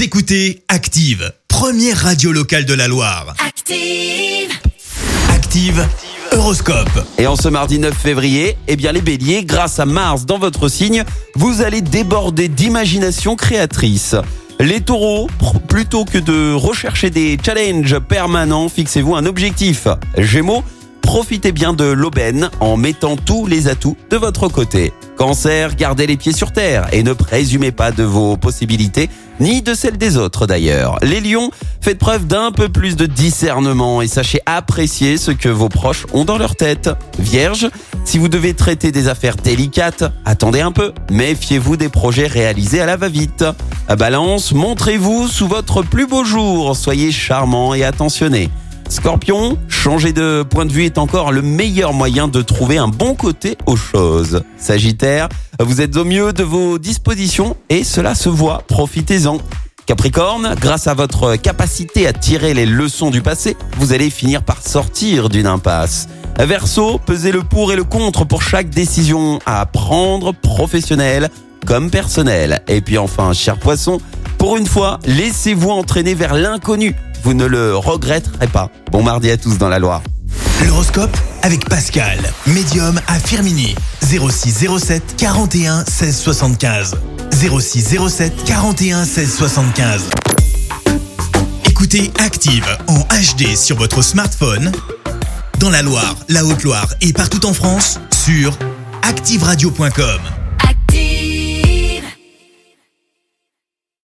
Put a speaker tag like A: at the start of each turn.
A: Vous écoutez Active, première radio locale de la Loire.
B: Active,
A: Active Horoscope.
C: Et en ce mardi 9 février, les béliers, grâce à Mars dans votre signe, vous allez déborder d'imagination créatrice. Les taureaux, plutôt que de rechercher des challenges permanents, fixez-vous un objectif. Gémeaux, profitez bien de l'aubaine en mettant tous les atouts de votre côté. Cancer, gardez les pieds sur terre et ne présumez pas de vos possibilités, ni de celles des autres d'ailleurs. Les lions, faites preuve d'un peu plus de discernement et sachez apprécier ce que vos proches ont dans leur tête. Vierge, si vous devez traiter des affaires délicates, attendez un peu, méfiez-vous des projets réalisés à la va-vite. Balance, montrez-vous sous votre plus beau jour, soyez charmant et attentionné. Scorpion, changer de point de vue est encore le meilleur moyen de trouver un bon côté aux choses. Sagittaire, vous êtes au mieux de vos dispositions et cela se voit, profitez-en. Capricorne, grâce à votre capacité à tirer les leçons du passé, vous allez finir par sortir d'une impasse. Verseau, pesez le pour et le contre pour chaque décision à prendre, professionnelle comme personnelle. Et puis enfin, cher poisson, pour une fois, laissez-vous entraîner vers l'inconnu. Vous ne le regretterez pas. Bon mardi à tous dans la Loire.
A: L'horoscope avec Pascal, médium à Firminy. 06 07 41 16 75. 06 07 41 16 75. Écoutez Active en HD sur votre smartphone, dans la Loire, la Haute-Loire et partout en France, sur activeradio.com.